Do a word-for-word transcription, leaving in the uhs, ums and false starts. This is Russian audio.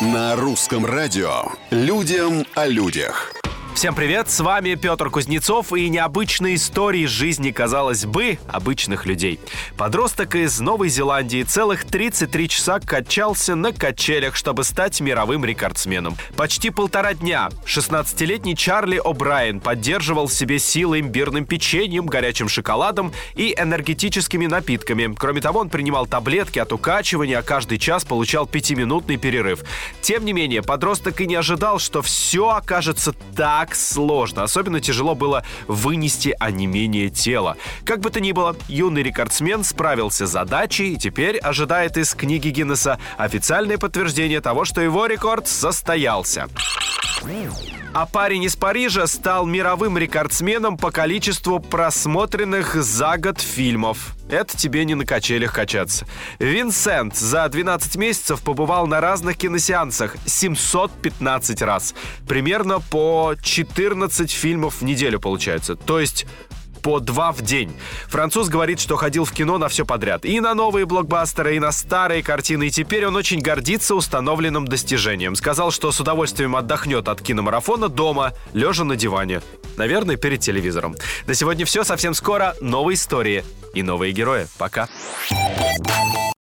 На русском радио «Людям о людях». Всем привет, с вами Петр Кузнецов и необычные истории из жизни, казалось бы, обычных людей. Подросток из Новой Зеландии целых тридцать три часа качался на качелях, чтобы стать мировым рекордсменом. Почти полтора дня шестнадцатилетний Чарли О'Брайен поддерживал в себе силы имбирным печеньем, горячим шоколадом и энергетическими напитками. Кроме того, он принимал таблетки от укачивания, а каждый час получал пятиминутный перерыв. Тем не менее, подросток и не ожидал, что все окажется так сложно. Особенно тяжело было вынести онемение тела. Как бы то ни было, юный рекордсмен справился с задачей и теперь ожидает из книги Гиннесса официальное подтверждение того, что его рекорд состоялся. А парень из Парижа стал мировым рекордсменом по количеству просмотренных за год фильмов. Это тебе не на качелях качаться. Винсент за двенадцать месяцев побывал на разных киносеансах семьсот пятнадцать раз. Примерно по четырнадцать фильмов в неделю получается. То есть по два в день. Француз говорит, что ходил в кино на все подряд. И на новые блокбастеры, и на старые картины. И теперь он очень гордится установленным достижением. Сказал, что с удовольствием отдохнет от киномарафона дома, лежа на диване. Наверное, перед телевизором. На сегодня все. Совсем скоро новые истории и новые герои. Пока.